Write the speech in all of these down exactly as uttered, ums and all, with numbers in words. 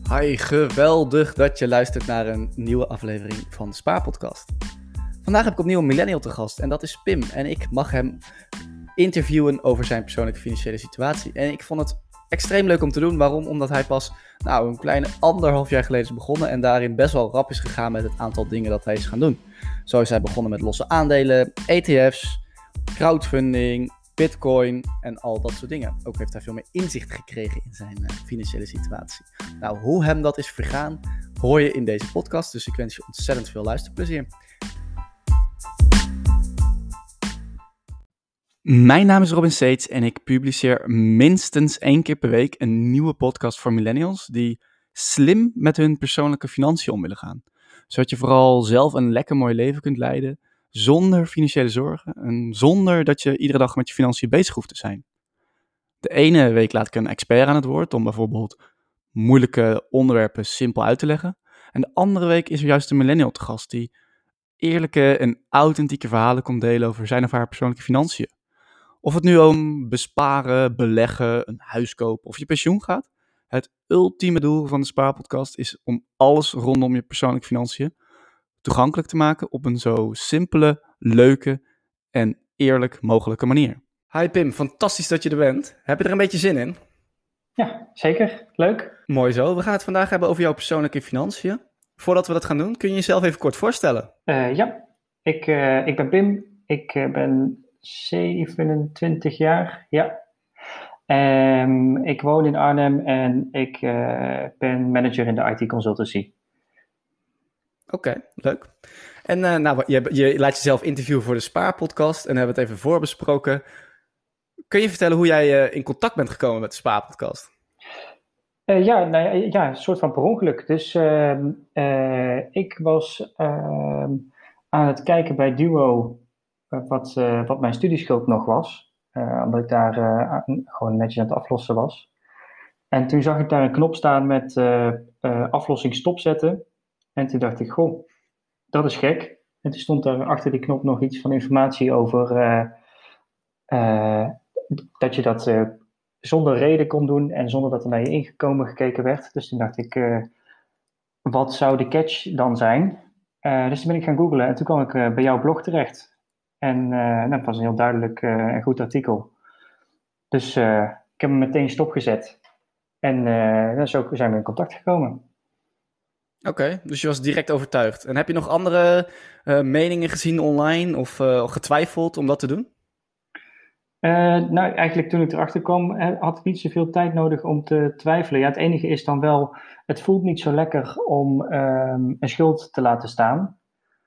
Hi, geweldig dat je luistert naar een nieuwe aflevering van de Spaarpodcast. Vandaag heb ik opnieuw een millennial te gast en dat is Pim. En ik mag hem interviewen over zijn persoonlijke financiële situatie. En ik vond het extreem leuk om te doen. Waarom? Omdat hij pas nou, een kleine anderhalf jaar geleden is begonnen en daarin best wel rap is gegaan met het aantal dingen dat hij is gaan doen. Zo is hij begonnen met losse aandelen, E T F's, crowdfunding, Bitcoin en al dat soort dingen. Ook heeft hij veel meer inzicht gekregen in zijn uh, financiële situatie. Nou, hoe hem dat is vergaan, hoor je in deze podcast. Dus ik wens je ontzettend veel luisterplezier. Mijn naam is Robin Seets en ik publiceer minstens één keer per week een nieuwe podcast voor millennials die slim met hun persoonlijke financiën om willen gaan. Zodat je vooral zelf een lekker mooi leven kunt leiden, zonder financiële zorgen en zonder dat je iedere dag met je financiën bezig hoeft te zijn. De ene week laat ik een expert aan het woord om bijvoorbeeld moeilijke onderwerpen simpel uit te leggen. En de andere week is er juist een millennial te gast die eerlijke en authentieke verhalen komt delen over zijn of haar persoonlijke financiën. Of het nu om besparen, beleggen, een huis kopen of je pensioen gaat. Het ultieme doel van de Spaarpodcast is om alles rondom je persoonlijke financiën toegankelijk te maken op een zo simpele, leuke en eerlijk mogelijke manier. Hi Pim, fantastisch dat je er bent. Heb je er een beetje zin in? Ja, zeker. Leuk. Mooi zo. We gaan het vandaag hebben over jouw persoonlijke financiën. Voordat we dat gaan doen, kun je jezelf even kort voorstellen? Uh, ja, ik, uh, ik ben Pim. Ik uh, ben zevenentwintig jaar. Ja. Um, ik woon in Arnhem en ik uh, ben manager in de I T consultancy. Oké, okay, leuk. En uh, nou, je, je laat jezelf interviewen voor de Spaarpodcast en hebben we het even voorbesproken. Kun je vertellen hoe jij uh, in contact bent gekomen met de Spaarpodcast? Uh, ja, nou ja, ja, een soort van per ongeluk. Dus uh, uh, ik was uh, aan het kijken bij Duo uh, wat, uh, wat mijn studieschuld nog was. Uh, omdat ik daar uh, gewoon netjes aan het aflossen was. En toen zag ik daar een knop staan met uh, uh, aflossing stopzetten. En toen dacht ik, goh, dat is gek. En toen stond daar achter die knop nog iets van informatie over uh, uh, dat je dat uh, zonder reden kon doen en zonder dat er naar je ingekomen gekeken werd. Dus toen dacht ik, uh, wat zou de catch dan zijn? Uh, dus toen ben ik gaan googlen en toen kwam ik uh, bij jouw blog terecht. En uh, nou, dat was een heel duidelijk uh, en goed artikel. Dus uh, ik heb hem meteen stopgezet. En uh, zo zijn we in contact gekomen. Oké, okay, dus je was direct overtuigd. En heb je nog andere uh, meningen gezien online of uh, getwijfeld om dat te doen? Uh, nou, eigenlijk toen ik erachter kwam, had ik niet zoveel tijd nodig om te twijfelen. Ja, het enige is dan wel, het voelt niet zo lekker om um, een schuld te laten staan.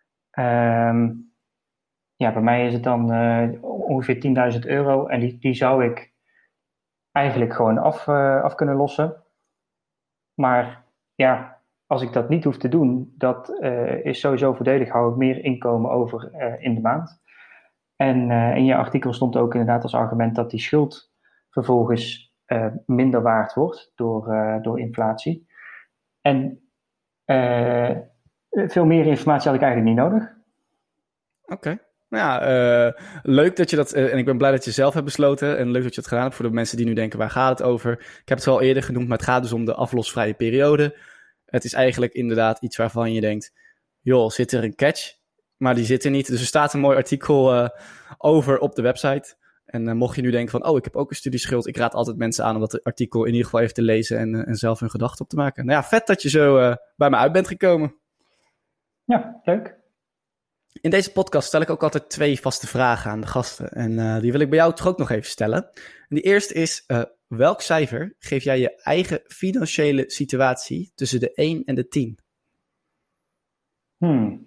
Um, ja, bij mij is het dan uh, ongeveer tienduizend euro en die, die zou ik eigenlijk gewoon af, uh, af kunnen lossen. Maar ja, als ik dat niet hoef te doen, dat uh, is sowieso voordelig. Hou ik meer inkomen over uh, in de maand. En uh, in je artikel stond ook inderdaad als argument dat die schuld vervolgens uh, minder waard wordt door, uh, door inflatie. En uh, veel meer informatie had ik eigenlijk niet nodig. Oké. Okay. Nou ja, uh, leuk dat je dat, uh, en ik ben blij dat je zelf hebt besloten en leuk dat je het gedaan hebt voor de mensen die nu denken, waar gaat het over? Ik heb het al eerder genoemd, maar het gaat dus om de aflosvrije periode. Het is eigenlijk inderdaad iets waarvan je denkt, joh, zit er een catch? Maar die zit er niet. Dus er staat een mooi artikel uh, over op de website. En uh, mocht je nu denken van, oh, ik heb ook een studieschuld. Ik raad altijd mensen aan om dat artikel in ieder geval even te lezen en, uh, en zelf hun gedachten op te maken. Nou ja, vet dat je zo uh, bij me uit bent gekomen. Ja, leuk. In deze podcast stel ik ook altijd twee vaste vragen aan de gasten. En uh, die wil ik bij jou toch ook nog even stellen. En die eerste is, uh, welk cijfer geef jij je eigen financiële situatie tussen de één en de tien? Hmm.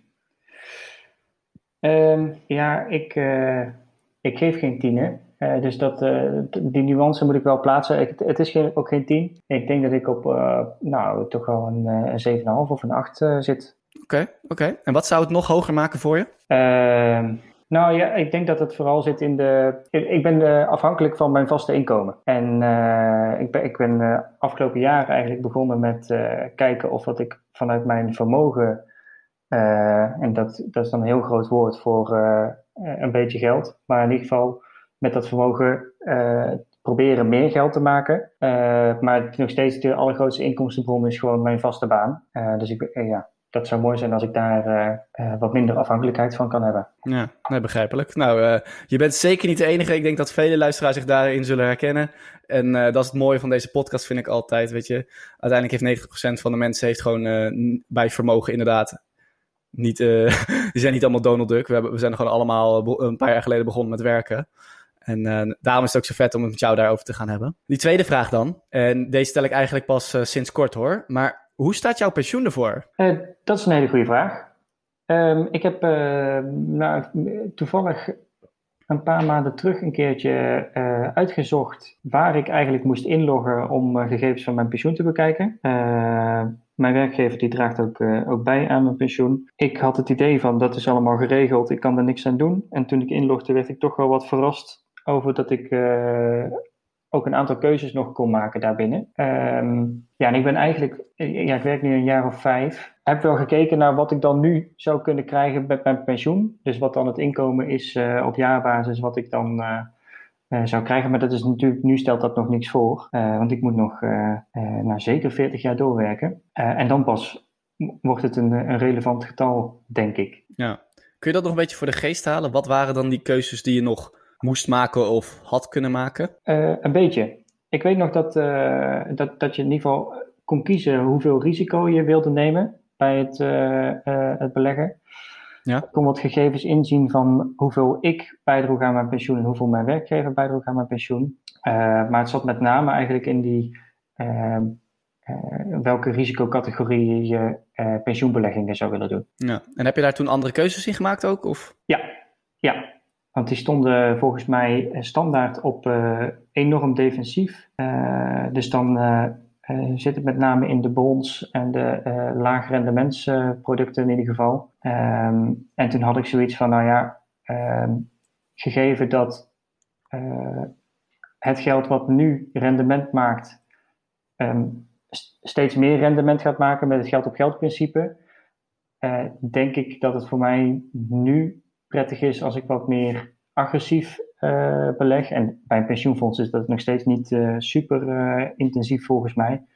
Um, ja, ik, uh, ik geef geen tien, hè. Uh, dus dat, uh, die nuance moet ik wel plaatsen. Ik, het is geen, ook geen tien. Ik denk dat ik op uh, nou, toch wel een, een zeven komma vijf of een acht uh, zit. Oké, okay, oké. Okay. En wat zou het nog hoger maken voor je? Uh, nou ja, ik denk dat het vooral zit in de... Ik ben uh, afhankelijk van mijn vaste inkomen. En uh, ik ben, ik ben uh, afgelopen jaar eigenlijk begonnen met uh, kijken of wat ik vanuit mijn vermogen... Uh, en dat, dat is dan een heel groot woord voor uh, een beetje geld. Maar in ieder geval met dat vermogen uh, proberen meer geld te maken. Uh, maar nog steeds de allergrootste inkomstenbron is gewoon mijn vaste baan. Uh, dus ik, uh, ja, dat zou mooi zijn als ik daar uh, uh, wat minder afhankelijkheid van kan hebben. Ja, nee, begrijpelijk. Nou, uh, je bent zeker niet de enige. Ik denk dat vele luisteraars zich daarin zullen herkennen. En uh, dat is het mooie van deze podcast, vind ik altijd, weet je. Uiteindelijk heeft negentig procent van de mensen heeft gewoon uh, bij vermogen inderdaad niet... Uh, die zijn niet allemaal Donald Duck. We, hebben, we zijn er gewoon allemaal een paar jaar geleden begonnen met werken. En uh, daarom is het ook zo vet om het met jou daarover te gaan hebben. Die tweede vraag dan. En deze stel ik eigenlijk pas uh, sinds kort hoor. Maar hoe staat jouw pensioen ervoor? Uh, dat is een hele goede vraag. Um, ik heb uh, nou, toevallig een paar maanden terug een keertje uh, uitgezocht waar ik eigenlijk moest inloggen om uh, gegevens van mijn pensioen te bekijken. Uh, mijn werkgever die draagt ook, uh, ook bij aan mijn pensioen. Ik had het idee van dat is allemaal geregeld, ik kan er niks aan doen. En toen ik inlogde werd ik toch wel wat verrast over dat ik uh, ook een aantal keuzes nog kon maken daarbinnen. Um, ja, en ik ben eigenlijk, ja, ik werk nu een jaar of vijf. Heb wel gekeken naar wat ik dan nu zou kunnen krijgen met mijn pensioen. Dus wat dan het inkomen is uh, op jaarbasis wat ik dan uh, uh, zou krijgen. Maar dat is natuurlijk, nu stelt dat nog niks voor. Uh, want ik moet nog uh, uh, nou, zeker veertig jaar doorwerken. Uh, en dan pas wordt het een, een relevant getal, denk ik. Ja. Kun je dat nog een beetje voor de geest halen? Wat waren dan die keuzes die je nog moest maken of had kunnen maken? Uh, een beetje. Ik weet nog dat, uh, dat, dat je in ieder geval kon kiezen hoeveel risico je wilde nemen bij het, uh, uh, het beleggen. Ja. Ik kon wat gegevens inzien van hoeveel ik bijdroeg aan mijn pensioen en hoeveel mijn werkgever bijdroeg aan mijn pensioen. Uh, maar het zat met name eigenlijk in die uh, uh, welke risicocategorie je uh, pensioenbeleggingen zou willen doen. Ja. En heb je daar toen andere keuzes in gemaakt ook? Of? Ja, ja. Want die stonden volgens mij standaard op uh, enorm defensief. Uh, dus dan uh, uh, zit het met name in de bonds en de uh, laagrendementsproducten uh, in ieder geval. Um, en toen had ik zoiets van, nou ja, um, gegeven dat uh, het geld wat nu rendement maakt, um, st- steeds meer rendement gaat maken met het geld op geld principe, uh, denk ik dat het voor mij nu prettig is als ik wat meer agressief uh, beleg. En bij een pensioenfonds is dat nog steeds niet uh, super uh, intensief volgens mij.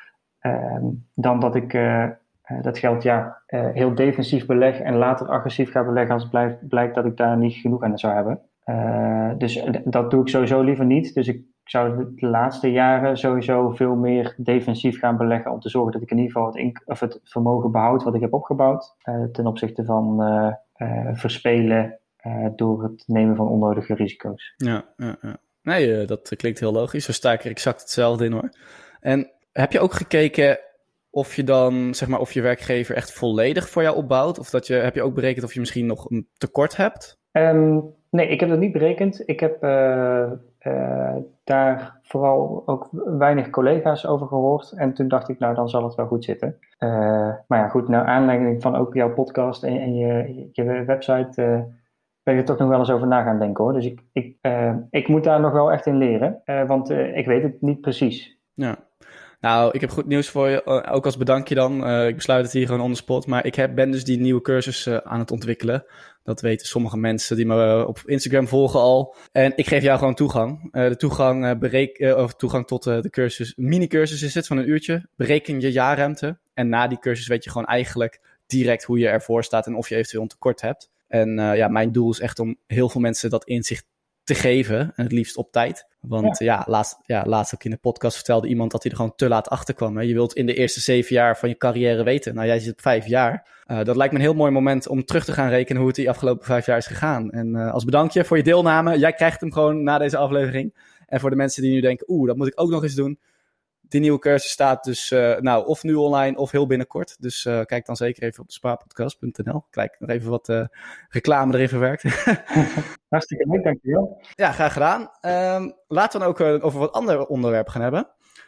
Uh, dan dat ik uh, uh, dat geld ja, uh, heel defensief beleg en later agressief ga beleggen als het blijft, blijkt dat ik daar niet genoeg aan zou hebben. Uh, dus d- dat doe ik sowieso liever niet. Dus ik zou de laatste jaren sowieso veel meer defensief gaan beleggen om te zorgen dat ik in ieder geval het, ink- of het vermogen behoud wat ik heb opgebouwd. Uh, ten opzichte van uh, uh, verspelen uh, door het nemen van onnodige risico's. Ja, ja, ja. Nee, uh, dat klinkt heel logisch. Zo sta ik er exact hetzelfde in hoor. En heb je ook gekeken of je dan, zeg maar, of je werkgever echt volledig voor jou opbouwt? Of dat je, heb je ook berekend of je misschien nog een tekort hebt? Um, nee, ik heb dat niet berekend. Ik heb uh, uh, daar vooral ook weinig collega's over gehoord. En toen dacht ik, nou, dan zal het wel goed zitten. Uh, maar ja, goed, naar aanleiding van ook jouw podcast en, en je, je website uh, ben ik er toch nog wel eens over na gaan denken, hoor. Dus ik, ik, uh, ik moet daar nog wel echt in leren, uh, want uh, ik weet het niet precies. Ja. Nou, ik heb goed nieuws voor je, uh, ook als bedankje dan. Uh, ik besluit het hier gewoon on the spot, maar ik heb, ben dus die nieuwe cursus uh, aan het ontwikkelen. Dat weten sommige mensen die me uh, op Instagram volgen al. En ik geef jou gewoon toegang. Uh, de toegang, uh, berek, uh, of toegang tot uh, de cursus, mini-cursus is het van een uurtje. Bereken je jaarruimte. En na die cursus weet je gewoon eigenlijk direct hoe je ervoor staat en of je eventueel een tekort hebt. En uh, ja, mijn doel is echt om heel veel mensen dat inzicht te geven. En het liefst op tijd. Want ja, ja, laatst, ja, laatst ook in de podcast vertelde iemand dat hij er gewoon te laat achter kwam. Hè. Je wilt in de eerste zeven jaar van je carrière weten. Nou, jij zit op vijf jaar. Uh, dat lijkt me een heel mooi moment om terug te gaan rekenen hoe het die afgelopen vijf jaar is gegaan. En uh, als bedankje voor je deelname. Jij krijgt hem gewoon na deze aflevering. En voor de mensen die nu denken, oeh, dat moet ik ook nog eens doen. Die nieuwe cursus staat dus uh, nou, of nu online of heel binnenkort. Dus uh, kijk dan zeker even op spaarpodcast punt n l. Kijk, nog even wat uh, reclame erin verwerkt. Hartstikke leuk, dankjewel. Ja, graag gedaan. Um, laten we dan ook uh, over wat ander onderwerp gaan hebben.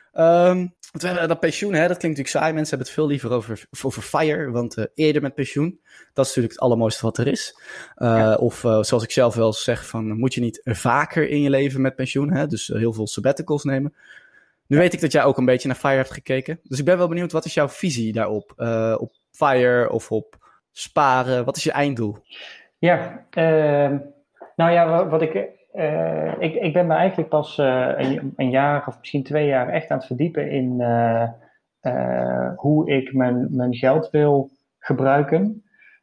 Um, want we hebben dat pensioen, hè, dat klinkt natuurlijk saai. Mensen hebben het veel liever over, over FIRE, want uh, eerder met pensioen. Dat is natuurlijk het allermooiste wat er is. Uh, ja. Of uh, zoals ik zelf wel zeg, van, moet je niet vaker in je leven met pensioen, hè? Dus uh, heel veel sabbaticals nemen. Nu weet ik dat jij ook een beetje naar FIRE hebt gekeken. Dus ik ben wel benieuwd, wat is jouw visie daarop? Uh, op FIRE of op sparen? Wat is je einddoel? Ja, uh, nou ja, wat ik uh, ik, ik ben me eigenlijk pas uh, een, een jaar of misschien twee jaar echt aan het verdiepen in uh, uh, hoe ik mijn, mijn geld wil gebruiken.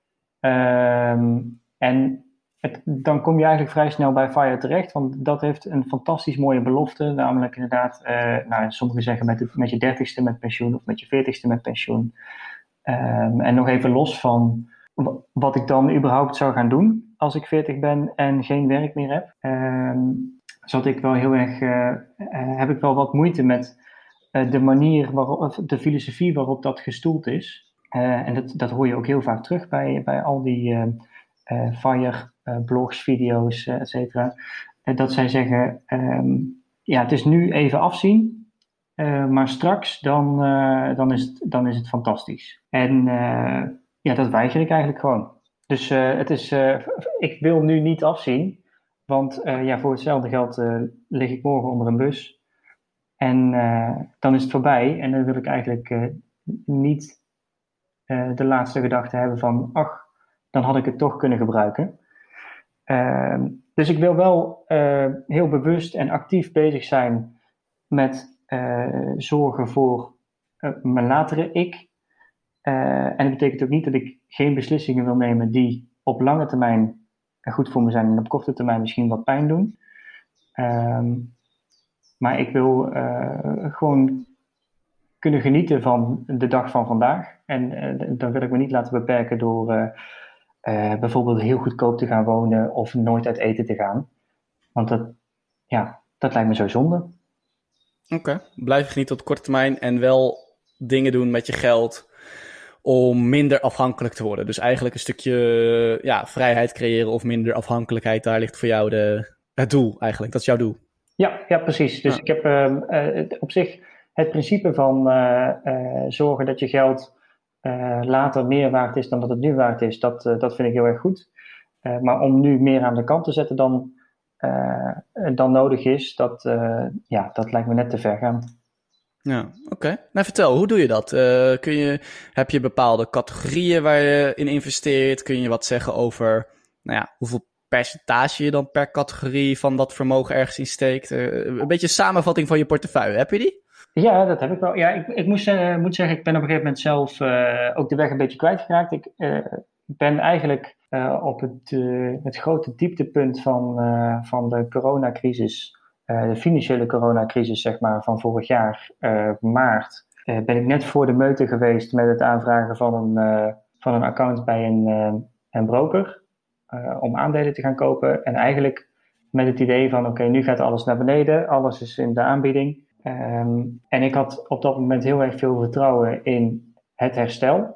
Um, en het, dan kom je eigenlijk vrij snel bij FIRE terecht, want dat heeft een fantastisch mooie belofte. Namelijk inderdaad, uh, nou, sommigen zeggen met, het, met je dertigste met pensioen of met je veertigste met pensioen. Um, en nog even los van wat ik dan überhaupt zou gaan doen als ik veertig ben en geen werk meer heb. Um, zat ik wel heel erg, uh, uh, heb ik wel wat moeite met uh, de manier waarop, de filosofie waarop dat gestoeld is. Uh, en dat, dat hoor je ook heel vaak terug bij, bij al die uh, uh, FIRE uh, blogs, video's, uh, et cetera. Uh, dat zij zeggen, um, ja, het is nu even afzien, uh, maar straks dan, uh, dan, is het, dan is het fantastisch. En uh, ja, dat weiger ik eigenlijk gewoon. Dus uh, het is, uh, ik wil nu niet afzien, want uh, ja, voor hetzelfde geld uh, lig ik morgen onder een bus. En uh, dan is het voorbij en dan wil ik eigenlijk uh, niet uh, de laatste gedachte hebben van, ach, dan had ik het toch kunnen gebruiken. Uh, dus ik wil wel uh, heel bewust en actief bezig zijn met uh, zorgen voor uh, mijn latere ik. Uh, en dat betekent ook niet dat ik geen beslissingen wil nemen die op lange termijn goed voor me zijn en op korte termijn misschien wat pijn doen. Um, maar ik wil uh, gewoon kunnen genieten van de dag van vandaag. En uh, dan wil ik me niet laten beperken door uh, uh, bijvoorbeeld heel goedkoop te gaan wonen of nooit uit eten te gaan. Want dat, ja, dat lijkt me zo zonde. Oké, okay. Blijf genieten op korte termijn en wel dingen doen met je geld om minder afhankelijk te worden. Dus eigenlijk een stukje ja, vrijheid creëren of minder afhankelijkheid. Daar ligt voor jou de, het doel eigenlijk. Dat is jouw doel. Ja, ja precies. Dus ja. ik heb uh, uh, op zich het principe van uh, uh, zorgen dat je geld uh, later meer waard is dan dat het nu waard is. Dat, uh, dat vind ik heel erg goed. Uh, maar om nu meer aan de kant te zetten dan, uh, dan nodig is, dat, uh, ja, dat lijkt me net te ver gaan. Ja, oké. Okay. Nou, vertel, hoe doe je dat? Uh, kun je, heb je bepaalde categorieën waar je in investeert? Kun je wat zeggen over nou ja, hoeveel percentage je dan per categorie van dat vermogen ergens in steekt? Uh, een beetje een samenvatting van je portefeuille. Heb je die? Ja, dat heb ik wel. Ja, ik, ik moest, uh, moet zeggen, ik ben op een gegeven moment zelf uh, ook de weg een beetje kwijtgeraakt. Ik uh, ben eigenlijk uh, op het, uh, het grote dieptepunt van, uh, van de coronacrisis, uh, de financiële coronacrisis zeg maar, van vorig jaar, uh, maart, uh, ben ik net voor de meute geweest met het aanvragen van een, uh, van een account bij een, uh, een broker. Uh, om aandelen te gaan kopen. En eigenlijk met het idee van, oké, okay, nu gaat alles naar beneden. Alles is in de aanbieding. Um, en ik had op dat moment heel erg veel vertrouwen in het herstel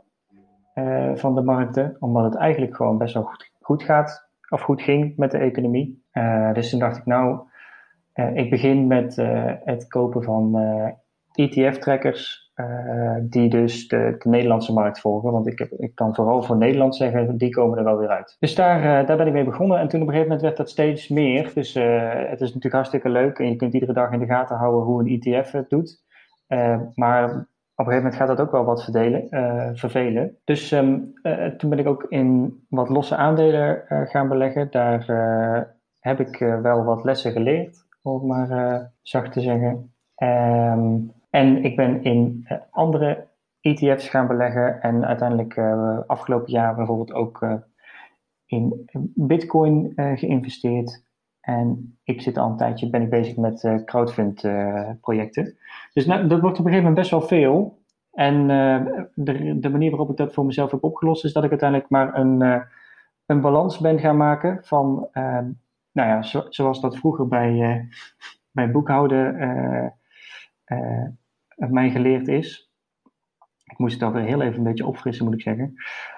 uh, van de markten. Omdat het eigenlijk gewoon best wel goed, goed gaat. Of goed ging met de economie. Uh, dus toen dacht ik, nou, uh, ik begin met uh, het kopen van uh, E T F-trackers. Uh, die dus de, de Nederlandse markt volgen. Want ik, heb, ik kan vooral voor Nederland zeggen, die komen er wel weer uit. Dus daar, uh, daar ben ik mee begonnen. En toen op een gegeven moment werd dat steeds meer. Dus uh, het is natuurlijk hartstikke leuk. En je kunt iedere dag in de gaten houden hoe een E T F het doet. Uh, maar op een gegeven moment gaat dat ook wel wat verdelen, uh, vervelen. Dus um, uh, toen ben ik ook in wat losse aandelen uh, gaan beleggen. Daar uh, heb ik uh, wel wat lessen geleerd. Om het maar uh, zacht te zeggen. Um, En ik ben in uh, andere E T F's gaan beleggen en uiteindelijk uh, afgelopen jaar bijvoorbeeld ook uh, in Bitcoin uh, geïnvesteerd. En ik zit al een tijdje, ben ik bezig met uh, crowdfund uh, projecten. Dus nou, dat wordt op een gegeven moment best wel veel. En uh, de, de manier waarop ik dat voor mezelf heb opgelost is dat ik uiteindelijk maar een, uh, een balans ben gaan maken van, uh, nou ja, zo, zoals dat vroeger bij, uh, bij boekhouden uh, uh, mij geleerd is. Ik moest het alweer heel even een beetje opfrissen, moet ik zeggen.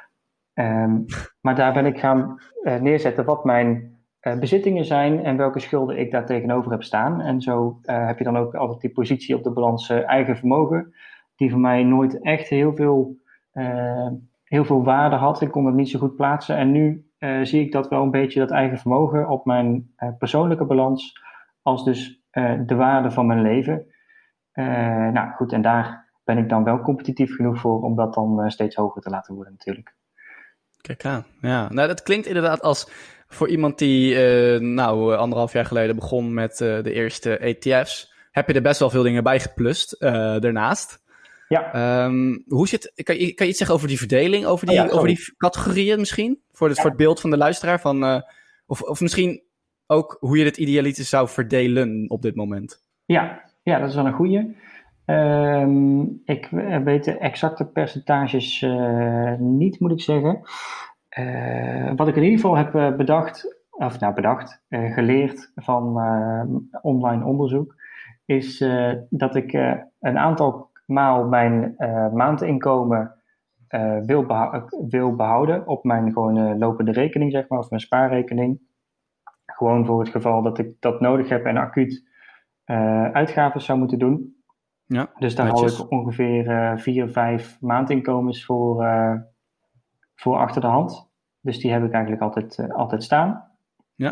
Um, maar daar ben ik gaan uh, neerzetten wat mijn uh, bezittingen zijn en welke schulden ik daar tegenover heb staan. En zo uh, heb je dan ook altijd die positie op de balans uh, eigen vermogen, die voor mij nooit echt heel veel, uh, heel veel waarde had. Ik kon het niet zo goed plaatsen. En nu uh, zie ik dat wel een beetje, dat eigen vermogen, op mijn uh, persoonlijke balans, als dus uh, de waarde van mijn leven. Uh, nou goed, en daar ben ik dan wel competitief genoeg voor om dat dan uh, steeds hoger te laten worden natuurlijk. Kijk aan, ja. Nou, dat klinkt inderdaad als Voor iemand die uh, nou anderhalf jaar geleden begon met uh, de eerste E T F's, heb je er best wel veel dingen bij geplust uh, daarnaast. Ja. Um, hoe zit, kan, je, kan je iets zeggen over die verdeling, over die, oh ja, over die categorieën misschien? Voor, de, ja. voor het beeld van de luisteraar? Van, uh, of, of misschien ook hoe je het idealiter zou verdelen op dit moment? Ja, ja dat is wel een goeie. Um, ik weet de exacte percentages uh, niet, moet ik zeggen. Uh, wat ik in ieder geval heb uh, bedacht, of nou bedacht, uh, geleerd van uh, online onderzoek, is uh, dat ik uh, een aantal maal mijn uh, maandinkomen uh, wil, beha- wil behouden op mijn gewoon uh, lopende rekening, zeg maar, of mijn spaarrekening. Gewoon voor het geval dat ik dat nodig heb en acuut uh, uitgaven zou moeten doen. Ja, dus daar netjes. hou ik ongeveer uh, vier, vijf maandinkomens voor, uh, voor achter de hand. Dus die heb ik eigenlijk altijd, uh, altijd staan. Ja.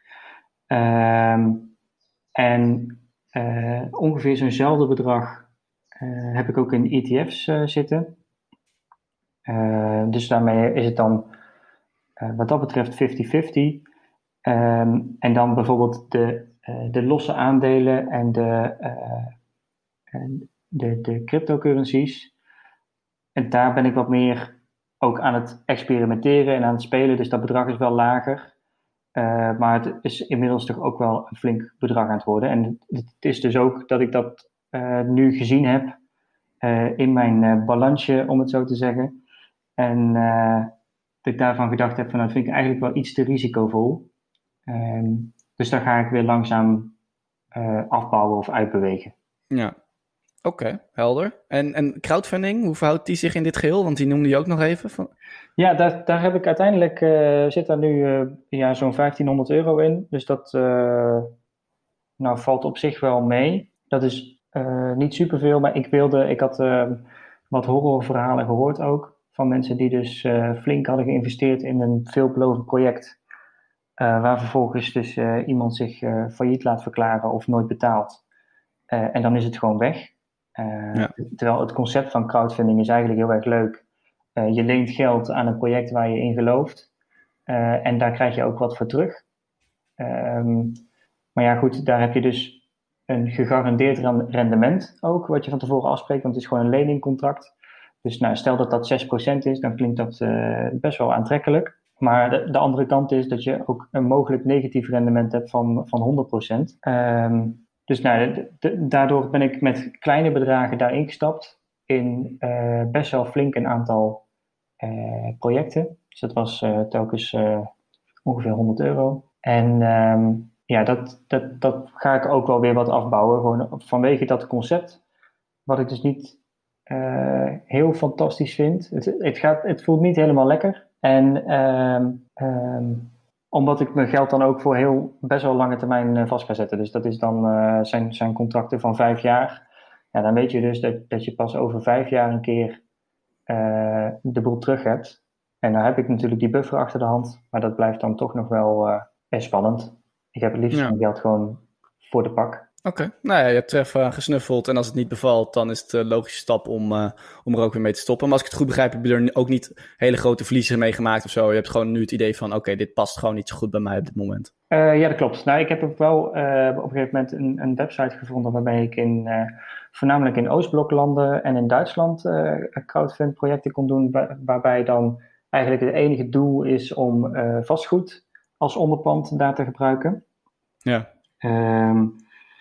Um, en uh, ongeveer zo'nzelfde bedrag uh, heb ik ook in E T F's uh, zitten. Uh, dus daarmee is het dan uh, wat dat betreft vijftig vijftig. Um, en dan bijvoorbeeld de, uh, de losse aandelen en de, uh, de, de cryptocurrencies. En daar ben ik wat meer ook aan het experimenteren en aan het spelen. Dus dat bedrag is wel lager. Uh, maar het is inmiddels toch ook wel een flink bedrag aan het worden. En het is dus ook dat ik dat uh, nu gezien heb uh, in mijn uh, balansje, om het zo te zeggen. En uh, dat ik daarvan gedacht heb van, dat vind ik eigenlijk wel iets te risicovol. Um, dus daar ga ik weer langzaam uh, afbouwen of uitbewegen. Ja, oké, okay, helder. En, en crowdfunding, hoe verhoudt die zich in dit geheel? Want die noemde je ook nog even. Van... Ja, daar, daar heb ik uiteindelijk, uh, zit daar nu uh, ja, zo'n vijftienhonderd euro in. Dus dat uh, nou, valt op zich wel mee. Dat is uh, niet superveel, maar ik wilde, ik had uh, wat horrorverhalen gehoord ook. Van mensen die dus uh, flink hadden geïnvesteerd in een veelbelovend project. Uh, waar vervolgens dus uh, iemand zich uh, failliet laat verklaren of nooit betaalt. Uh, en dan is het gewoon weg. Uh, ja. Terwijl het concept van crowdfunding is eigenlijk heel erg leuk. Uh, je leent geld aan een project waar je in gelooft. Uh, en daar krijg je ook wat voor terug. Um, maar ja goed, daar heb je dus een gegarandeerd rendement ook. Wat je van tevoren afspreekt, want het is gewoon een leningcontract. Dus nou, stel dat dat zes procent is, dan klinkt dat uh, best wel aantrekkelijk. Maar de, de andere kant is dat je ook een mogelijk negatief rendement hebt van, van honderd procent. Um, dus nou, de, de, daardoor ben ik met kleine bedragen daarin gestapt in uh, best wel flink een aantal uh, projecten. Dus dat was uh, telkens uh, ongeveer honderd euro. En um, ja, dat, dat, dat ga ik ook wel weer wat afbouwen. Gewoon vanwege dat concept, wat ik dus niet uh, heel fantastisch vind. Het, het, gaat, het voelt niet helemaal lekker. En um, um, omdat ik mijn geld dan ook voor heel best wel lange termijn uh, vast ga zetten. Dus dat is dan uh, zijn, zijn contracten van vijf jaar. Ja, dan weet je dus dat, dat je pas over vijf jaar een keer uh, de boel terug hebt. En dan heb ik natuurlijk die buffer achter de hand. Maar dat blijft dan toch nog wel uh, spannend. Ik heb het liefst ja. mijn geld gewoon voor de pak. Oké, okay. Nou ja, je hebt er even gesnuffeld en als het niet bevalt, dan is het een logische stap om, uh, om er ook weer mee te stoppen. Maar als ik het goed begrijp, heb je er ook niet hele grote verliezen mee gemaakt of zo. Je hebt gewoon nu het idee van, oké, okay, dit past gewoon niet zo goed bij mij op dit moment. Uh, ja, dat klopt. Nou, ik heb ook wel uh, op een gegeven moment een, een website gevonden waarbij ik in, uh, voornamelijk in Oostbloklanden en in Duitsland uh, crowdfund projecten kon doen, waar, waarbij dan eigenlijk het enige doel is om uh, vastgoed als onderpand daar te gebruiken. Ja. Um,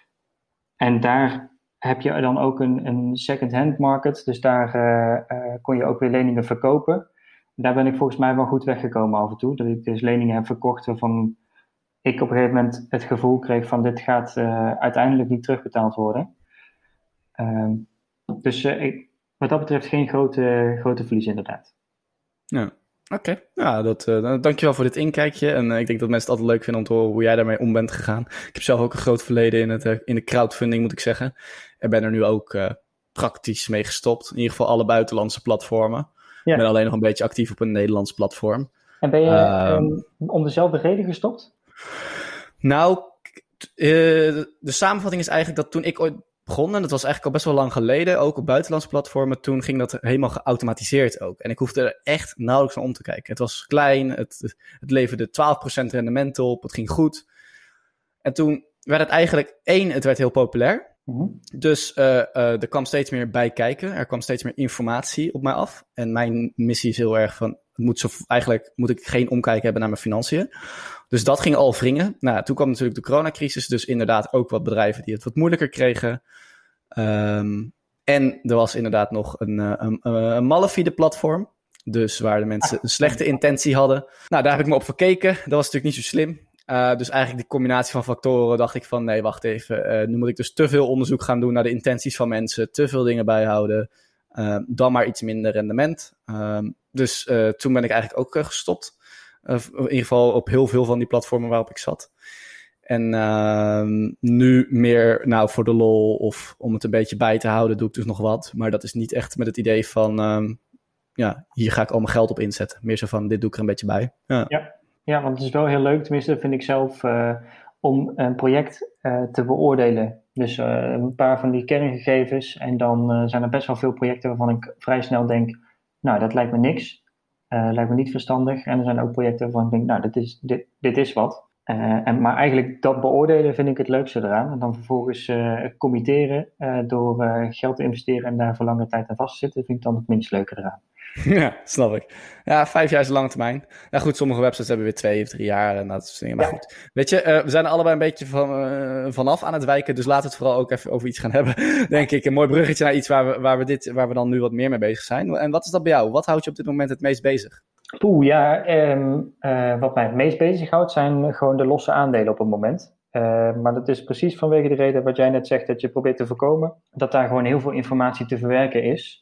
En daar heb je dan ook een, een second-hand market. Dus daar uh, uh, kon je ook weer leningen verkopen. Daar ben ik volgens mij wel goed weggekomen af en toe. Dat ik dus leningen heb verkocht waarvan ik op een gegeven moment het gevoel kreeg van dit gaat uh, uiteindelijk niet terugbetaald worden. Uh, dus uh, ik, wat dat betreft geen grote, grote verlies inderdaad. Ja. Oké, okay. Ja, dat, uh, dankjewel voor dit inkijkje. En uh, ik denk dat mensen het altijd leuk vinden om te horen hoe jij daarmee om bent gegaan. Ik heb zelf ook een groot verleden in, het, uh, in de crowdfunding, moet ik zeggen. En ben er nu ook uh, praktisch mee gestopt. In ieder geval alle buitenlandse platformen. Ja. Ik ben alleen nog een beetje actief op een Nederlands platform. En ben je uh, um, om dezelfde reden gestopt? Nou, uh, de samenvatting is eigenlijk dat toen ik ooit begon, dat was eigenlijk al best wel lang geleden, ook op buitenlandse platformen, toen ging dat helemaal geautomatiseerd ook. En ik hoefde er echt nauwelijks naar om te kijken. Het was klein, het, het leverde twaalf procent rendement op, het ging goed. En toen werd het eigenlijk, één, het werd heel populair. Mm-hmm. Dus uh, uh, er kwam steeds meer bij kijken, er kwam steeds meer informatie op mij af. En mijn missie is heel erg van, het moet zo, eigenlijk moet ik geen omkijken hebben naar mijn financiën. Dus dat ging al wringen. Nou, toen kwam natuurlijk de coronacrisis, dus inderdaad ook wat bedrijven die het wat moeilijker kregen. Um, en er was inderdaad nog een, een, een malafide platform, dus waar de mensen een slechte intentie hadden. Nou, daar heb ik me op verkeken. Dat was natuurlijk niet zo slim. Uh, dus eigenlijk die combinatie van factoren dacht ik van, nee, wacht even. Uh, nu moet ik dus te veel onderzoek gaan doen naar de intenties van mensen, te veel dingen bijhouden, uh, dan maar iets minder rendement. Uh, dus uh, toen ben ik eigenlijk ook uh, gestopt. Uh, in ieder geval op heel veel van die platformen waarop ik zat. En uh, nu meer nou voor de lol of om het een beetje bij te houden doe ik dus nog wat. Maar dat is niet echt met het idee van, um, ja, hier ga ik al mijn geld op inzetten. Meer zo van, dit doe ik er een beetje bij. Ja, ja, ja, want het is wel heel leuk, tenminste vind ik zelf, uh, om een project uh, te beoordelen. Dus uh, een paar van die kerngegevens en dan uh, zijn er best wel veel projecten waarvan ik vrij snel denk, nou, dat lijkt me niks. Uh, lijkt me niet verstandig. En er zijn ook projecten waarvan ik denk, nou, dit is, dit, dit is wat. Uh, en, maar eigenlijk dat beoordelen vind ik het leukste eraan. En dan vervolgens uh, committeren uh, door uh, geld te investeren en daar voor lange tijd aan vast te zitten, vind ik dan het minst leuke eraan. Ja, snap ik. Ja, vijf jaar is een lange termijn. Nou goed, sommige websites hebben weer twee of drie jaar en dat soort dingen. Maar ja. Goed, weet je, uh, we zijn er allebei een beetje van, uh, vanaf aan het wijken, dus laten we het vooral ook even over iets gaan hebben. Denk ik, een mooi bruggetje naar iets waar we, waar we, dit, waar we dan nu wat meer mee bezig zijn. En wat is dat bij jou? Wat houdt je op dit moment het meest bezig? Oeh, ja, um, uh, wat mij het meest bezighoudt zijn gewoon de losse aandelen op het moment. Uh, maar dat is precies vanwege de reden wat jij net zegt, dat je probeert te voorkomen, dat daar gewoon heel veel informatie te verwerken is.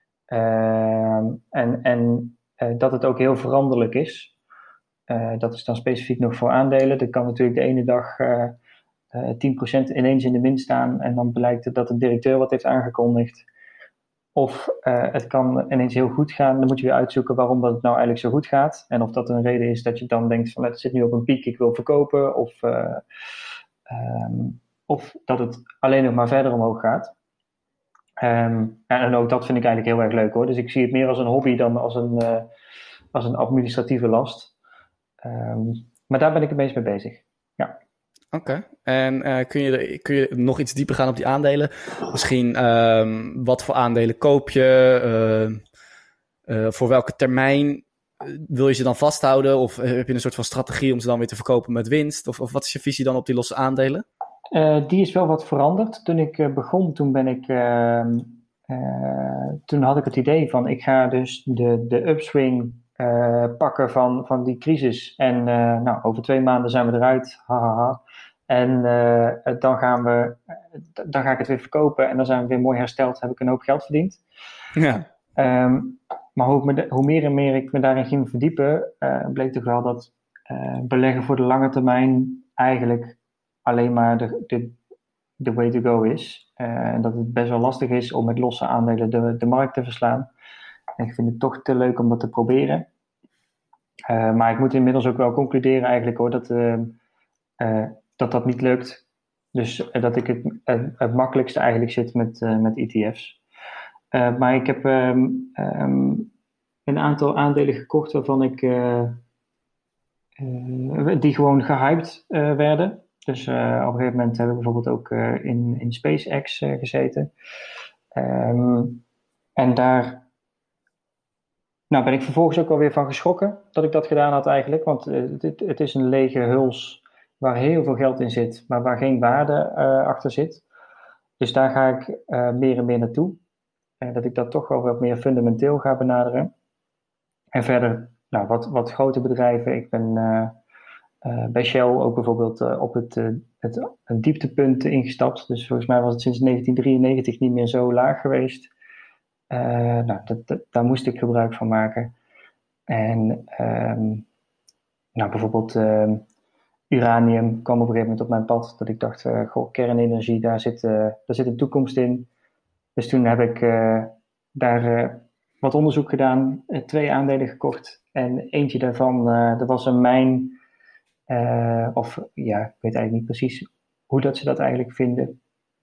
Uh, en en uh, dat het ook heel veranderlijk is. Uh, dat is dan specifiek nog voor aandelen. Dat kan natuurlijk de ene dag uh, uh, tien procent ineens in de min staan en dan blijkt het dat de directeur wat heeft aangekondigd. Of uh, het kan ineens heel goed gaan. Dan moet je weer uitzoeken waarom dat het nou eigenlijk zo goed gaat. En of dat een reden is dat je dan denkt van het zit nu op een piek, ik wil verkopen. Of, uh, um, of dat het alleen nog maar verder omhoog gaat. Um, en ook dat vind ik eigenlijk heel erg leuk hoor. Dus ik zie het meer als een hobby dan als een, uh, als een administratieve last. Um, maar daar ben ik het meest mee bezig. Ja. Oké, okay. En uh, kun, je, kun je nog iets dieper gaan op die aandelen? Misschien um, wat voor aandelen koop je? Uh, uh, voor welke termijn wil je ze dan vasthouden? Of heb je een soort van strategie om ze dan weer te verkopen met winst? Of, of wat is je visie dan op die losse aandelen? Uh, die is wel wat veranderd. Toen ik uh, begon, toen ben ik... Uh, uh, toen had ik het idee van ik ga dus de, de upswing uh, pakken van, van die crisis. En uh, nou, over twee maanden zijn we eruit. Hahaha. En uh, dan, gaan we, dan ga ik het weer verkopen en dan zijn we weer mooi hersteld. Heb ik een hoop geld verdiend. Ja. Um, maar hoe, ik me de, hoe meer en meer ik me daarin ging verdiepen, uh, bleek toch wel dat uh, beleggen voor de lange termijn eigenlijk alleen maar de, de, de way to go is. Uh, en dat het best wel lastig is om met losse aandelen de, de markt te verslaan. En ik vind het toch te leuk om dat te proberen. Uh, maar ik moet inmiddels ook wel concluderen eigenlijk hoor, dat... Uh, uh, dat dat niet lukt. Dus uh, dat ik het, uh, het makkelijkste eigenlijk zit met, uh, met E T F's. Uh, maar ik heb um, um, een aantal aandelen gekocht waarvan ik uh, uh, die gewoon gehyped uh, werden. Dus uh, op een gegeven moment heb ik bijvoorbeeld ook uh, in, in SpaceX uh, gezeten. Um, en daar nou, ben ik vervolgens ook alweer van geschrokken dat ik dat gedaan had eigenlijk. Want uh, het, het is een lege huls waar heel veel geld in zit, maar waar geen waarde uh, achter zit. Dus daar ga ik uh, meer en meer naartoe. En dat ik dat toch wel wat meer fundamenteel ga benaderen. En verder, nou, wat, wat grote bedrijven. Ik ben uh, uh, bij Shell ook bijvoorbeeld uh, op het, uh, het, het dieptepunt ingestapt. Dus volgens mij was het sinds negentien drieënnegentig niet meer zo laag geweest. Uh, nou, dat, dat, daar moest ik gebruik van maken. En um, nou, bijvoorbeeld... Uh, uranium kwam op een gegeven moment op mijn pad, dat ik dacht, uh, goh, kernenergie, daar zit, uh, daar zit een toekomst in. Dus toen heb ik uh, daar uh, wat onderzoek gedaan, uh, twee aandelen gekocht. En eentje daarvan, uh, dat was een mijn, uh, of ja, ik weet eigenlijk niet precies hoe dat ze dat eigenlijk vinden.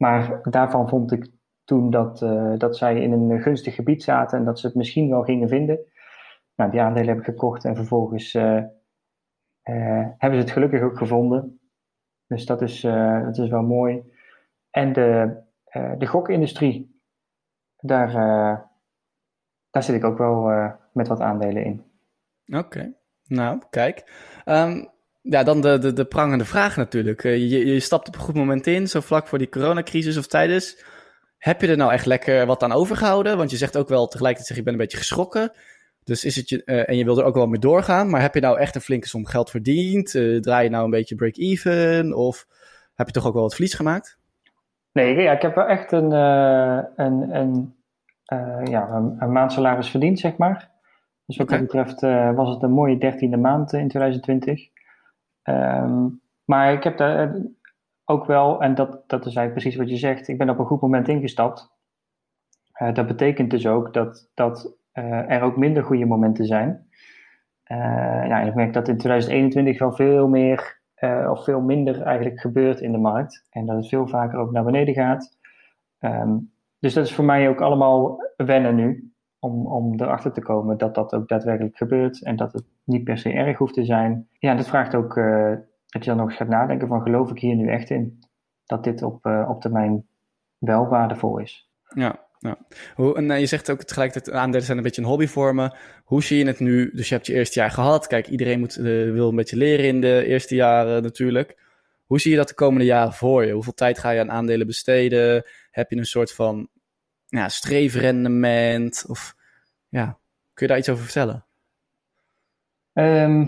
maar daarvan vond ik toen dat, uh, dat zij in een gunstig gebied zaten en dat ze het misschien wel gingen vinden. Nou, die aandelen heb ik gekocht en vervolgens uh, uh, hebben ze het gelukkig ook gevonden. Dus dat is, uh, dat is wel mooi. En de, uh, de gokindustrie, daar, uh, daar zit ik ook wel uh, met wat aandelen in. Oké, okay. Nou, kijk. Um, ja, dan de, de, de prangende vraag natuurlijk. Uh, je, je stapt op een goed moment in, zo vlak voor die coronacrisis of tijdens. Heb je er nou echt lekker wat aan overgehouden? Want je zegt ook wel tegelijkertijd, zeg, je bent een beetje geschrokken. Dus is het je, uh, en je wil er ook wel mee doorgaan. Maar heb je nou echt een flinke som geld verdiend? Uh, draai je nou een beetje break-even? Of heb je toch ook wel wat verlies gemaakt? Nee, ja, ik heb wel echt een, uh, een, een, uh, ja, een, een maandsalaris verdiend, zeg maar. Dus wat okay. dat betreft uh, was het een mooie dertiende maand in twintig twintig. Um, maar ik heb daar uh, ook wel, en dat, dat is eigenlijk precies wat je zegt, ik ben op een goed moment ingestapt. Uh, dat betekent dus ook dat, dat uh, er ook minder goede momenten zijn. Uh, ja, en ik merk dat in twintig eenentwintig wel veel meer, uh, of veel minder eigenlijk gebeurt in de markt. En dat het veel vaker ook naar beneden gaat. Um, dus dat is voor mij ook allemaal wennen nu. Om, om erachter te komen dat dat ook daadwerkelijk gebeurt. En dat het niet per se erg hoeft te zijn. Ja, dat vraagt ook uh, dat je dan nog eens gaat nadenken van, geloof ik hier nu echt in? Dat dit op, uh, op termijn wel waardevol is. Ja, ja. Hoe, en uh, je zegt ook tegelijkertijd, aandelen zijn een beetje een hobby voor me. Hoe zie je het nu? Dus je hebt je eerste jaar gehad. Kijk, iedereen moet, uh, wil een beetje leren in de eerste jaren natuurlijk. Hoe zie je dat de komende jaren voor je? Hoeveel tijd ga je aan aandelen besteden? Heb je een soort van ja, streefrendement? Of ja, kun je daar iets over vertellen? Um,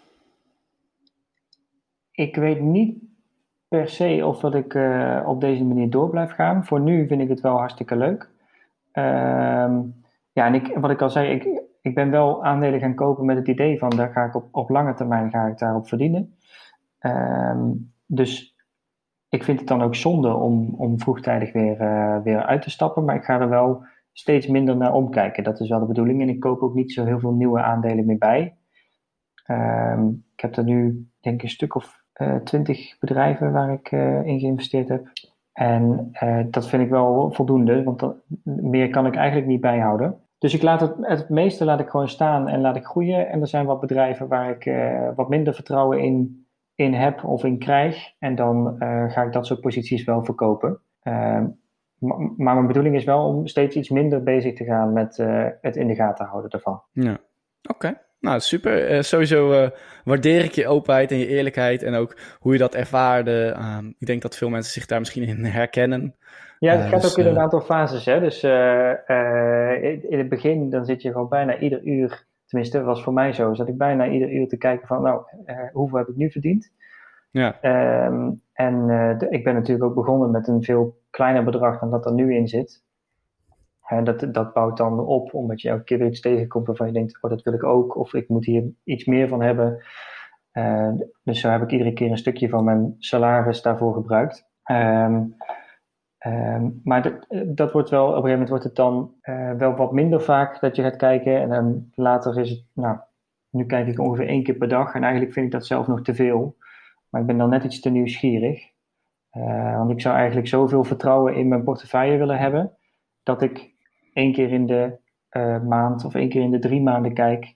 ik weet niet per se of dat ik uh, op deze manier door blijf gaan. Voor nu vind ik het wel hartstikke leuk. Um, ja, en ik, wat ik al zei, ik, ik ben wel aandelen gaan kopen met het idee van, daar ga ik op, op lange termijn ga ik daarop verdienen. Um, dus ik vind het dan ook zonde om, om vroegtijdig weer, uh, weer uit te stappen, maar ik ga er wel steeds minder naar omkijken. Dat is wel de bedoeling. En ik koop ook niet zo heel veel nieuwe aandelen meer bij. Um, ik heb er nu, denk ik, een stuk of twintig uh, bedrijven waar ik uh, in geïnvesteerd heb. En uh, dat vind ik wel voldoende, want dat, meer kan ik eigenlijk niet bijhouden. Dus ik laat het, het meeste laat ik gewoon staan en laat ik groeien. En er zijn wat bedrijven waar ik uh, wat minder vertrouwen in, in heb of in krijg. En dan uh, ga ik dat soort posities wel verkopen. Uh, Maar mijn bedoeling is wel om steeds iets minder bezig te gaan met uh, het in de gaten houden daarvan. Ja, oké. Okay. Nou, super. Uh, sowieso uh, waardeer ik je openheid en je eerlijkheid en ook hoe je dat ervaarde. Um, ik denk dat veel mensen zich daar misschien in herkennen. Ja, het uh, gaat dus, ook in uh, een aantal fases. Hè? Dus uh, uh, in het begin dan zit je gewoon bijna ieder uur, tenminste dat was voor mij zo, zat ik bijna ieder uur te kijken van nou, uh, hoeveel heb ik nu verdiend? Ja. Um, en uh, de, ik ben natuurlijk ook begonnen met een veel kleiner bedrag dan dat er nu in zit. En dat, dat bouwt dan op, omdat je elke keer weer iets tegenkomt waarvan je denkt, oh, dat wil ik ook, of ik moet hier iets meer van hebben. Uh, dus zo heb ik iedere keer een stukje van mijn salaris daarvoor gebruikt. Um, um, maar dat, dat wordt wel, op een gegeven moment wordt het dan uh, wel wat minder vaak dat je gaat kijken. En dan later is het, nou, nu kijk ik ongeveer één keer per dag. En eigenlijk vind ik dat zelf nog te veel. Maar ik ben dan net iets te nieuwsgierig. Uh, want ik zou eigenlijk zoveel vertrouwen in mijn portefeuille willen hebben, dat ik één keer in de uh, maand of één keer in de drie maanden kijk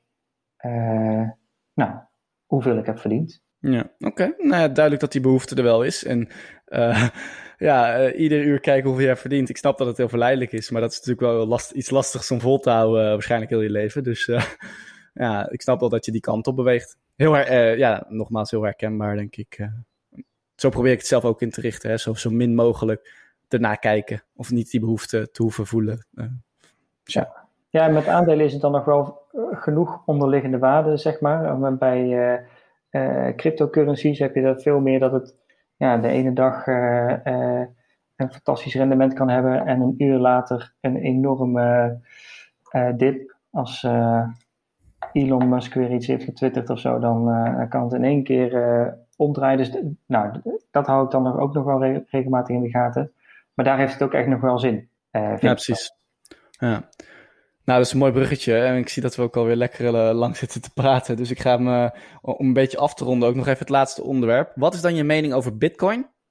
uh, nou, hoeveel ik heb verdiend. Ja, oké. Okay. Nou ja, duidelijk dat die behoefte er wel is. En uh, ja, uh, ieder uur kijken hoeveel je hebt verdiend. Ik snap dat het heel verleidelijk is, maar dat is natuurlijk wel last, iets lastigs om vol te houden, uh, waarschijnlijk heel je leven. Dus uh, ja, ik snap wel dat je die kant op beweegt. Heel her- uh, ja, nogmaals heel herkenbaar, denk ik. Uh, zo probeer ik het zelf ook in te richten. Hè? Zo, zo min mogelijk ernaar kijken. Of niet die behoefte te hoeven voelen. Uh, dus ja. Ja, met aandelen is het dan nog wel genoeg onderliggende waarde, zeg maar. Bij uh, uh, cryptocurrencies heb je dat veel meer dat het ja, de ene dag uh, uh, een fantastisch rendement kan hebben en een uur later een enorme uh, dip. Als uh, Elon Musk weer iets heeft getwitterd of zo, dan uh, kan het in één keer uh, omdraaien. Dus nou, dat hou ik dan nog, ook nog wel re- regelmatig in de gaten. Maar daar heeft het ook echt nog wel zin. Uh, ja, precies. Ja. Nou, dat is een mooi bruggetje. En ik zie dat we ook alweer lekker uh, lang zitten te praten. Dus ik ga hem, uh, om een beetje af te ronden, ook nog even het laatste onderwerp. Wat is dan je mening over Bitcoin?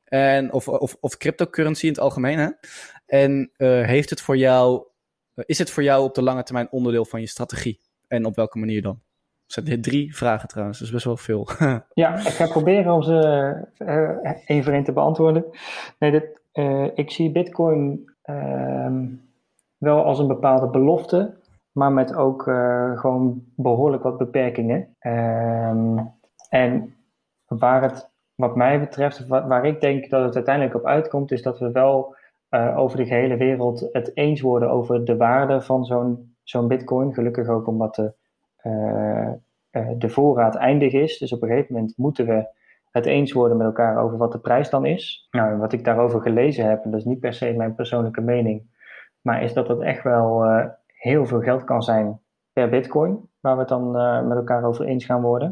En, of, of, of cryptocurrency in het algemeen. Hè? En uh, heeft het voor jou, uh, is het voor jou op de lange termijn onderdeel van je strategie? En op welke manier dan? Dat zijn drie vragen trouwens, dat is best wel veel. Ja, ik ga proberen om ze uh, één voor één te beantwoorden. Nee, dit, uh, ik zie Bitcoin uh, wel als een bepaalde belofte, maar met ook uh, gewoon behoorlijk wat beperkingen. Um, en waar het, wat mij betreft, waar, waar ik denk dat het uiteindelijk op uitkomt, is dat we wel uh, over de gehele wereld het eens worden over de waarde van zo'n, zo'n Bitcoin. Gelukkig ook omdat de uh, Uh, de voorraad eindig is. Dus op een gegeven moment moeten we het eens worden met elkaar over wat de prijs dan is. Nou, wat ik daarover gelezen heb, en dat is niet per se mijn persoonlijke mening, maar is dat het echt wel uh, heel veel geld kan zijn per bitcoin, waar we het dan uh, met elkaar over eens gaan worden.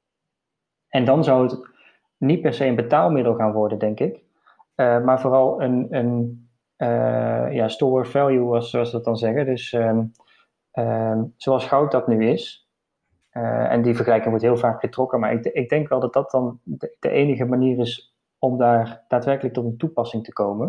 En dan zou het niet per se een betaalmiddel gaan worden, denk ik, uh, maar vooral een, een uh, ja, store of value, zoals we dat dan zeggen. Dus um, um, zoals goud dat nu is. Uh, en die vergelijking wordt heel vaak getrokken, maar ik, ik denk wel dat dat dan de, de enige manier is om daar daadwerkelijk tot een toepassing te komen.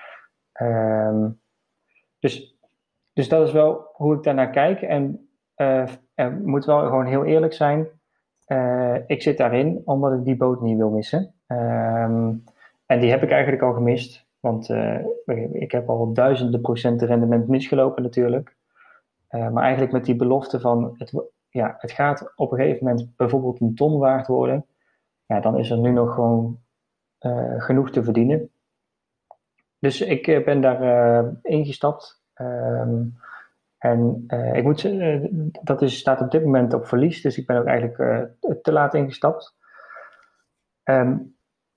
Um, dus, dus dat is wel hoe ik daarnaar kijk. En uh, er moet wel gewoon heel eerlijk zijn. Uh, ik zit daarin omdat ik die boot niet wil missen. Um, en die heb ik eigenlijk al gemist. Want uh, ik heb al duizenden procenten rendement misgelopen natuurlijk. Uh, maar eigenlijk met die belofte van het, ja, het gaat op een gegeven moment bijvoorbeeld een ton waard worden. Ja, dan is er nu nog gewoon uh, genoeg te verdienen. Dus ik uh, ben daar uh, ingestapt. Um, en uh, ik moet uh, dat is, staat op dit moment op verlies. Dus ik ben ook eigenlijk uh, te laat ingestapt. Um,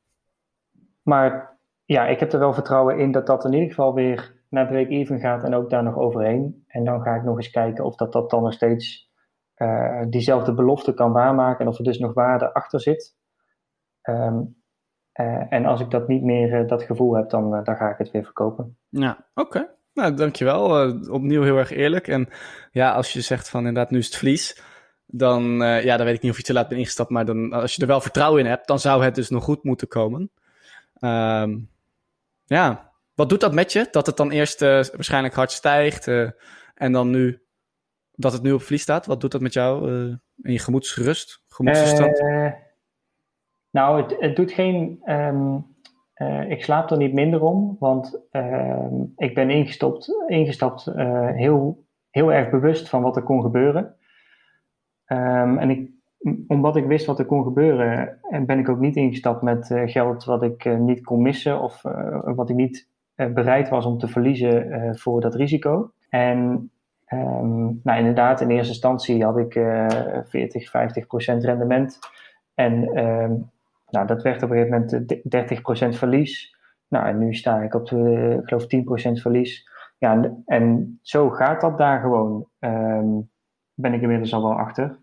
maar ja, ik heb er wel vertrouwen in dat dat in ieder geval weer naar break-even gaat en ook daar nog overheen. En dan ga ik nog eens kijken of dat, dat dan nog steeds uh, diezelfde belofte kan waarmaken en of er dus nog waarde achter zit. Um, uh, en als ik dat niet meer uh, dat gevoel heb, dan, uh, dan ga ik het weer verkopen. Ja, oké. Okay. Nou, dankjewel. Uh, opnieuw heel erg eerlijk. En ja, als je zegt van inderdaad nu is het verlies, dan, uh, ja, dan weet ik niet of je te laat bent ingestapt, maar dan, als je er wel vertrouwen in hebt, dan zou het dus nog goed moeten komen. Um, ja, wat doet dat met je? Dat het dan eerst uh, waarschijnlijk hard stijgt uh, en dan nu, dat het nu op verlies staat. Wat doet dat met jou uh, in je gemoedsrust, gemoedstoestand? Uh, nou, het, het doet geen... Um, uh, ik slaap er niet minder om, want uh, ik ben ingestapt, ingestapt uh, heel, heel erg bewust van wat er kon gebeuren. Um, en ik, omdat ik wist wat er kon gebeuren, ben ik ook niet ingestapt met uh, geld wat ik uh, niet kon missen of uh, wat ik niet uh, bereid was om te verliezen uh, voor dat risico. En um, nou inderdaad, in eerste instantie had ik uh, veertig, vijftig procent rendement. En um, nou, dat werd op een gegeven moment dertig procent verlies. Nou, en nu sta ik op, uh, ik geloof, tien procent verlies. Ja, en, en zo gaat dat daar gewoon. Um, ben ik inmiddels al wel achter.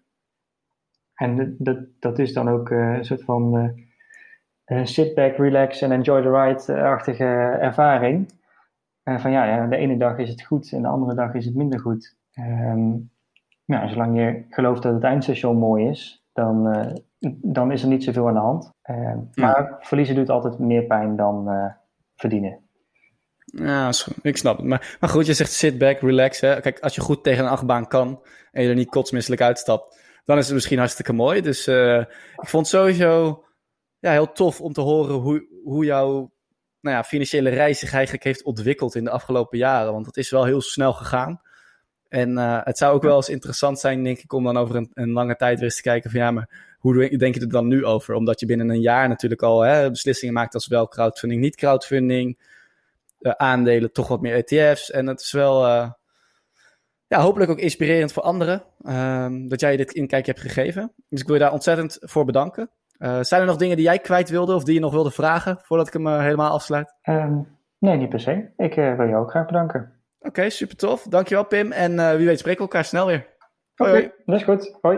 En dat, dat is dan ook uh, een soort van uh, uh, sit back, relax and enjoy the ride-achtige ervaring. Uh, van ja, ja, de ene dag is het goed en de andere dag is het minder goed. Um, nou, zolang je gelooft dat het eindstation mooi is, dan, uh, dan is er niet zoveel aan de hand. Uh, ja. Maar verliezen doet altijd meer pijn dan uh, verdienen. Ja, ik snap het. Maar, maar goed, je zegt sit back, relax. Hè? Kijk, als je goed tegen een achtbaan kan en je er niet kotsmisselijk uitstapt, dan is het misschien hartstikke mooi. Dus uh, ik vond het sowieso ja, heel tof om te horen hoe, hoe jouw nou ja, financiële reis zich eigenlijk heeft ontwikkeld in de afgelopen jaren. Want het is wel heel snel gegaan. En uh, het zou ook wel eens interessant zijn, denk ik, om dan over een, een lange tijd weer eens te kijken van ja, maar hoe denk je er dan nu over? Omdat je binnen een jaar natuurlijk al hè, beslissingen maakt als wel crowdfunding, niet crowdfunding, uh, aandelen, toch wat meer E T F's. En het is wel uh, ja, hopelijk ook inspirerend voor anderen uh, dat jij dit inkijkje hebt gegeven. Dus ik wil je daar ontzettend voor bedanken. Uh, zijn er nog dingen die jij kwijt wilde of die je nog wilde vragen voordat ik hem uh, helemaal afsluit? Um, nee, niet per se. Ik uh, wil je ook graag bedanken. Oké, okay, super tof. Dankjewel Pim. En uh, wie weet spreken we elkaar snel weer. Oké, okay, dat is goed. Hoi.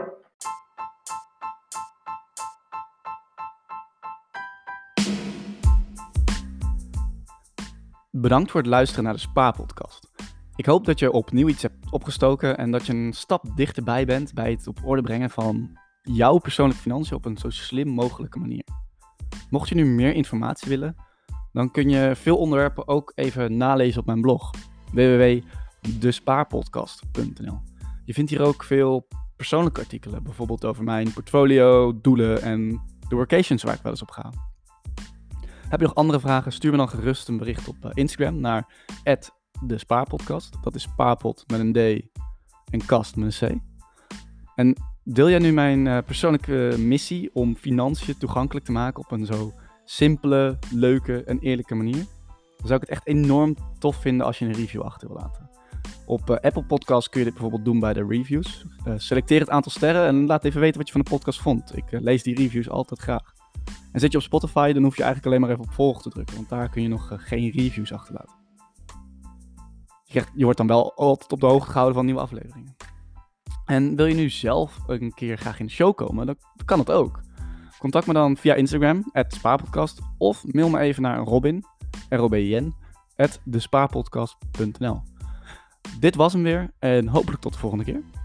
Bedankt voor het luisteren naar de Spa-podcast. Ik hoop dat je opnieuw iets hebt opgestoken en dat je een stap dichterbij bent bij het op orde brengen van jouw persoonlijke financiën op een zo slim mogelijke manier. Mocht je nu meer informatie willen, dan kun je veel onderwerpen ook even nalezen op mijn blog. w w w punt de spaarpodcast punt n l. Je vindt hier ook veel persoonlijke artikelen, bijvoorbeeld over mijn portfolio, doelen en de workations waar ik wel eens op ga. Heb je nog andere vragen, stuur me dan gerust een bericht op Instagram naar at de spaarpodcast. Dat is spaarpod met een D en kast met een C. En deel jij nu mijn uh, persoonlijke missie om financiën toegankelijk te maken op een zo simpele, leuke en eerlijke manier? Dan zou ik het echt enorm tof vinden als je een review achter wil laten. Op uh, Apple Podcasts kun je dit bijvoorbeeld doen bij de reviews. Uh, selecteer het aantal sterren en laat even weten wat je van de podcast vond. Ik uh, lees die reviews altijd graag. En zit je op Spotify, dan hoef je eigenlijk alleen maar even op volg te drukken, want daar kun je nog uh, geen reviews achterlaten. Je, krijgt, je wordt dan wel altijd op de hoogte gehouden van nieuwe afleveringen. En wil je nu zelf een keer graag in de show komen, dan kan het ook. Contact me dan via Instagram, at spaarpodcast, of mail me even naar Robin, R O B I N, at de spaarpodcast punt n l. Dit was hem weer en hopelijk tot de volgende keer.